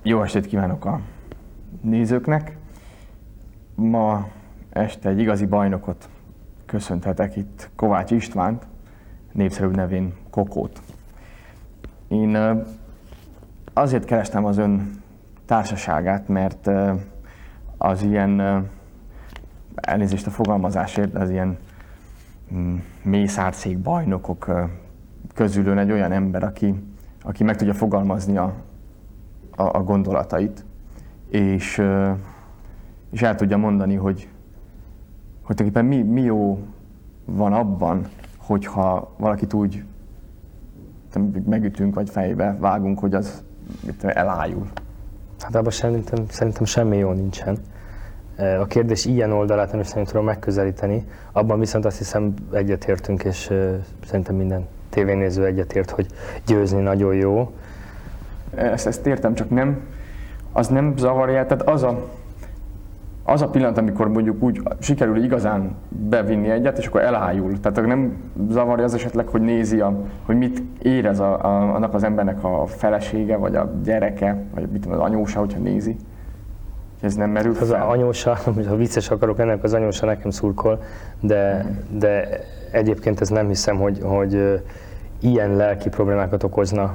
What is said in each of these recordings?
Jó estét kívánok a nézőknek! Ma este egy igazi bajnokot köszönhetek itt, Kovács Istvánt, népszerűbb nevén Kokót. Én azért kerestem az ön társaságát, mert az ilyen, elnézést a fogalmazásért, az ilyen mészárszék bajnokok közül ön egy olyan ember, aki meg tudja fogalmazni a gondolatait, és el tudja mondani, hogy tulajdonképpen mi jó van abban, hogyha valakit úgy megütünk, vagy fejbe vágunk, hogy az elájul. Hát abban szerintem semmi jó nincsen. A kérdés ilyen oldalát nem is tudom megközelíteni, abban viszont azt hiszem egyetértünk, és szerintem minden tévénéző egyetért, hogy győzni nagyon jó. Ezt értem, csak az nem zavarja, tehát az a pillanat, amikor mondjuk úgy sikerül igazán bevinni egyet, és akkor elájul. Tehát nem zavarja az esetleg, hogy nézi, hogy mit érez annak az embernek a felesége, vagy a gyereke, vagy mit tudom, az anyósa, hogyha nézi. Ez nem merül fel? Az anyósa, ha vicces akarok ennek, az anyósa nekem szurkol, de egyébként ez nem hiszem, hogy ilyen lelki problémákat okozna.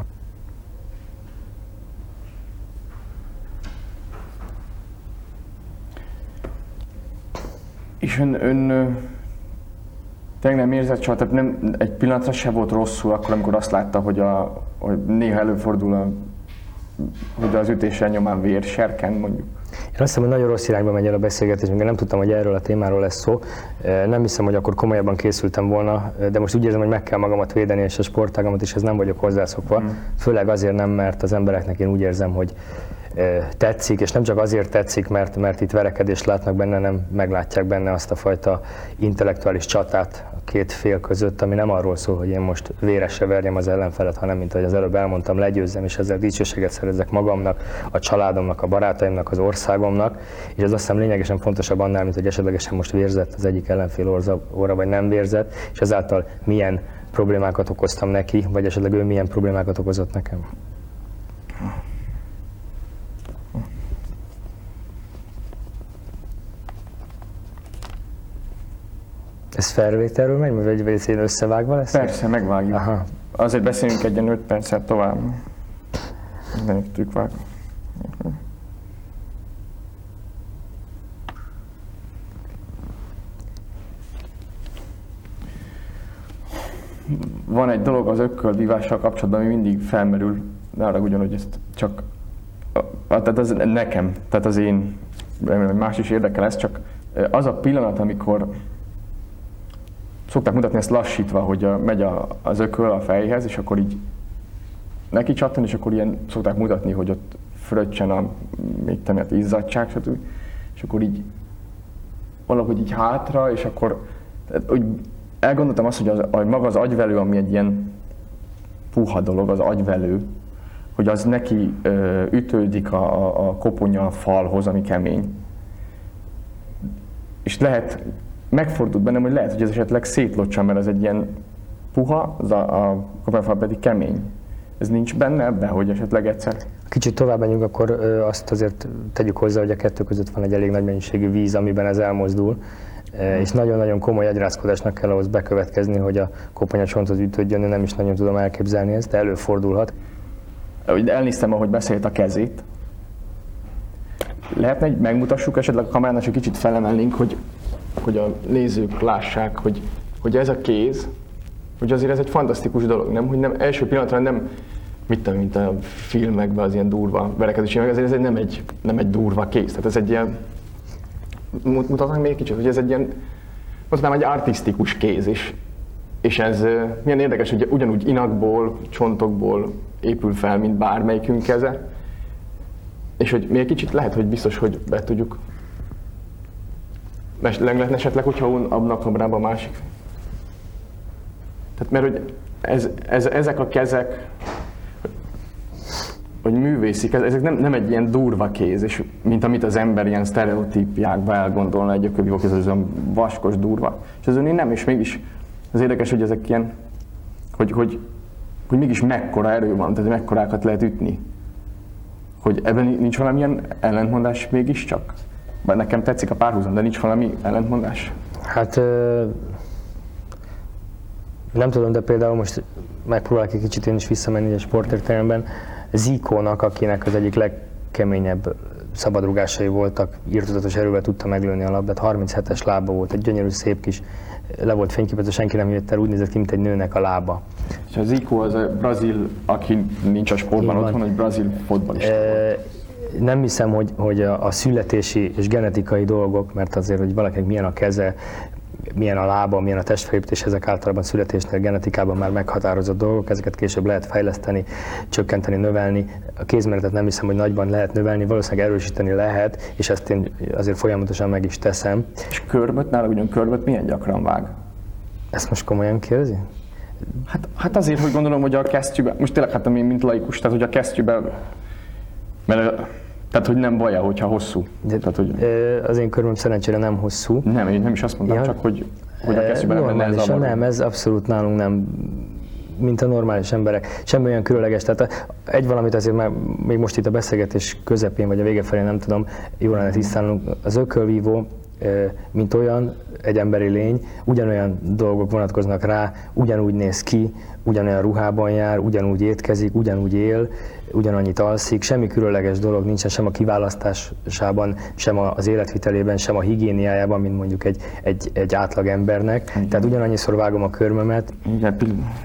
És ön tényleg nem érzett soha, tehát nem, egy pillanatra se volt rosszul akkor, amikor azt látta, hogy néha előfordul, hogy az ütéssel nyomán vér serken, mondjuk. Én azt hiszem, hogy nagyon rossz irányba megy el a beszélgetés, még nem tudtam, hogy erről a témáról lesz szó. Nem hiszem, hogy akkor komolyabban készültem volna, de most úgy érzem, hogy meg kell magamat védeni, és a sportágamat is, ez nem vagyok hozzászokva. Főleg azért nem, mert az embereknek én úgy érzem, hogy tetszik, és nem csak azért tetszik, mert itt verekedést látnak benne, nem meglátják benne azt a fajta intellektuális csatát a két fél között, ami nem arról szól, hogy én most véresre verjem az ellenfelet, hanem, mint ahogy az előbb elmondtam, legyőzzem, és ezzel dicsőséget szerezzek magamnak, a családomnak, a barátaimnak, az országomnak, és ez azt hiszem lényegesen fontosabb annál, mint hogy esetlegesen most vérzett az egyik ellenfél orra, vagy nem vérzett, és ezáltal milyen problémákat okoztam neki, vagy esetleg ő milyen problémákat okozott nekem. Ez felvételről megy, vagy ez én összevágva lesz? Persze, megvágjuk. Aha. Azért beszélünk egyen 5 percet tovább. Nem vágva. Van egy dolog az ökölvívással kapcsolatban, ami mindig felmerül, ne haragudjon, hogy ezt csak tehát az nekem, tehát az én, remélem, hogy más is érdekel ez, csak az a pillanat, amikor szokták mutatni ezt lassítva, hogy megy az ököl a fejhez, és akkor így neki csattan, és akkor ilyen szokták mutatni, hogy ott fröccsen még temet izzadság, stb. És akkor így valahogy így hátra, és akkor úgy elgondoltam azt, hogy maga az agyvelő, ami egy ilyen puha dolog, az agyvelő, hogy az neki ütődik a koponya falhoz, ami kemény. És megfordult bennem, hogy lehet, hogy ez esetleg szétlocsan, mert ez egy ilyen puha, a koponyafal pedig kemény. Ez nincs benne ebben, hogy esetleg egyszer? Kicsit tovább menjünk, akkor azt azért tegyük hozzá, hogy a kettő között van egy elég nagy mennyiségű víz, amiben ez elmozdul, és nagyon-nagyon komoly agyrázkodásnak kell ahhoz bekövetkezni, hogy a koponyacsonthoz ütődjön, én nem is nagyon tudom elképzelni ezt, de előfordulhat. Elnéztem, ahogy beszélt a kezét. Lehetne, hogy megmutassuk esetleg a kamerán, és egy kicsit felemelnénk, hogy a nézők lássák, hogy ez a kéz, hogy azért ez egy fantasztikus dolog, nem? Hogy nem első pillanatra nem, mint a filmekben az ilyen durva verekedési, meg azért ez nem egy durva kéz, tehát ez egy ilyen, mutatnánk még kicsit, hogy ez egy ilyen, mondhatnám, egy artisztikus kéz is. És ez milyen érdekes, hogy ugyanúgy inakból, csontokból épül fel, mint bármelyikünk keze, és hogy még kicsit lehet, hogy biztos, hogy be tudjuk. Lehetne esetleg, hogyha abban a kamerában a másik. Tehát mert hogy ezek a kezek, hogy művészik, ezek nem egy ilyen durva kéz, és mint amit az ember ilyen sztereotípiákba elgondolna egy ökölvívó kéz, az olyan vaskos, durva. És ez nem, és mégis az érdekes, hogy ezek ilyen, hogy mégis mekkora erő van, tehát mekkorákat lehet ütni. hogy ebben nincs valamilyen ellentmondás mégiscsak? Bár nekem tetszik a párhuzam, de nincs valami ellentmondás? Hát nem tudom, de például most megpróbálok egy kicsit én is visszamenni a sportértelemben. Zikónak, akinek az egyik legkeményebb szabadrugásai voltak, irtózatos erővel tudta meglőni a labdát, 37-es lába volt, egy gyönyörű szép kis, le volt fényképezve, senki nem jött el, úgy nézett ki, mint egy nőnek a lába. És a Zico az a brazil, aki nincs a sportban otthon, egy brazil fotballista volt. Nem hiszem, hogy a születési és genetikai dolgok, mert azért, hogy valakinek milyen a keze, milyen a lába, milyen a testfelépítés, ezek általában születésnél, genetikában már meghatározott dolgok, ezeket később lehet fejleszteni, csökkenteni, növelni. A kézméretet nem hiszem, hogy nagyban lehet növelni, valószínűleg erősíteni lehet, és ezt én azért folyamatosan meg is teszem. És Körböt, nála ugyan Körböt milyen gyakran vág? Ezt most komolyan kérdezi? Hát azért, hogy gondolom, hogy a kesztyűben, most tényleg hát mint laikus, tehát hogy a kesztyűben, tehát hogy nem baj, hogyha hosszú. Tehát, hogy... Az én köröm szerencsére nem hosszú. Nem is azt mondtam, csak hogy a kesztyűben nem lenne zavaró. Nem, ez abszolút nálunk nem, mint a normális emberek. Semmi olyan különleges. Tehát egy valamit azért már még most itt a beszélgetés közepén, vagy a vége felé nem tudom, jól lenne tisztálnunk. Az ökölvívó, mint olyan, egy emberi lény, ugyanolyan dolgok vonatkoznak rá, ugyanúgy néz ki, ugyanolyan ruhában jár, ugyanúgy étkezik, ugyanúgy él, ugyanannyit alszik, semmi különleges dolog nincsen sem a kiválasztásában, sem az életvitelében, sem a higiéniájában, mint mondjuk egy átlag embernek. Igen. Tehát ugyanannyiszor vágom a körmömet. Igen.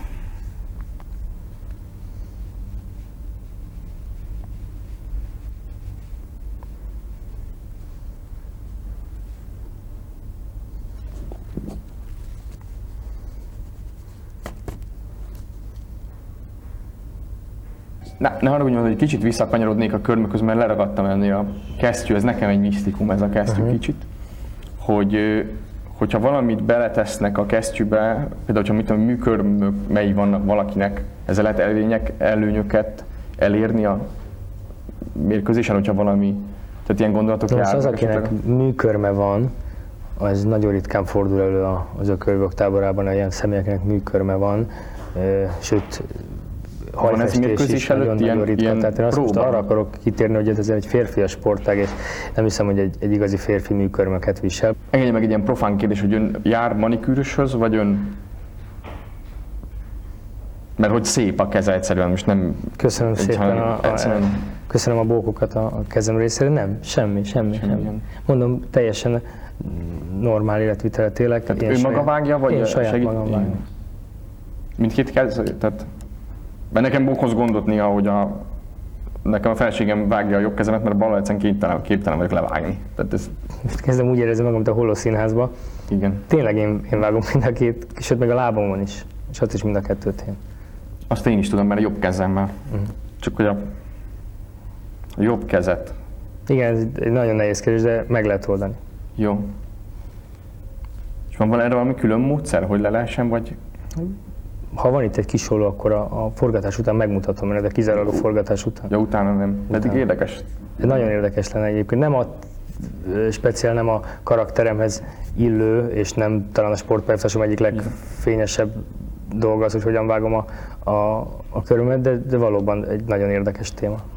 Ne arra úgy mondom, hogy kicsit visszakanyarodnék a körmökhöz, mert leragadtam ennél a kesztyű, ez nekem egy misztikum ez a kesztyű kicsit, hogyha valamit beletesznek a kesztyűbe, például, hogyha mit tudom, műkörmök mely vannak valakinek, ezzel lehet előnyöket elérni a mérkőzésen, hogyha valami, tehát ilyen gondolatok járnak. Az, akinek műkörme van, az nagyon ritkán fordul elő az ökölvívók táborában, ilyen személyeknek műkörme van, sőt, hajfestés is nagyon ritka. Tehát én azt most arra akarok kitérni, hogy ez egy férfias sportág, és nem hiszem, hogy egy igazi férfi műkörmöket visel. Engedje meg egy ilyen profán kérdés, hogy ön jár manikűröshöz, vagy ön... Mert hogy szép a keze egyszerűen, most nem... Köszönöm szépen köszönöm a bókokat a kezem részére. Nem, semmi. Mondom, teljesen normál életvitelet élek. Tehát ő maga vágja, vagy én saját magam vágom. Mindkét kez? Tehát... Mert nekem okoz gondot néha, hogy nekem a feleségem vágja a jobb kezemet, mert a bal egyszerűen képtelen vagyok levágni. Tehát ez... Most kezdem úgy érezni magam, mint a Holló Színházba. Igen. Tényleg én vágom mind a két, sőt meg a lábamon is. És ott is mind a kettőt én. Azt én is tudom, mert a jobb kezemmel. Csak hogy a jobb kezet. Igen, ez egy nagyon nehéz kérdés, de meg lehet oldani. Jó. És van erre valami külön módszer, hogy le lehessen, vagy... Ha van itt egy kis olló, akkor a forgatás után megmutatom, de kizárólag a forgatás után. Ja, utána nem. Eddig érdekes. Ez nagyon érdekes lenne egyébként. Speciál nem a karakteremhez illő, és nem talán a sportpályafutásom egyik legfényesebb dolga az, hogy hogyan vágom a körömet, de valóban egy nagyon érdekes téma.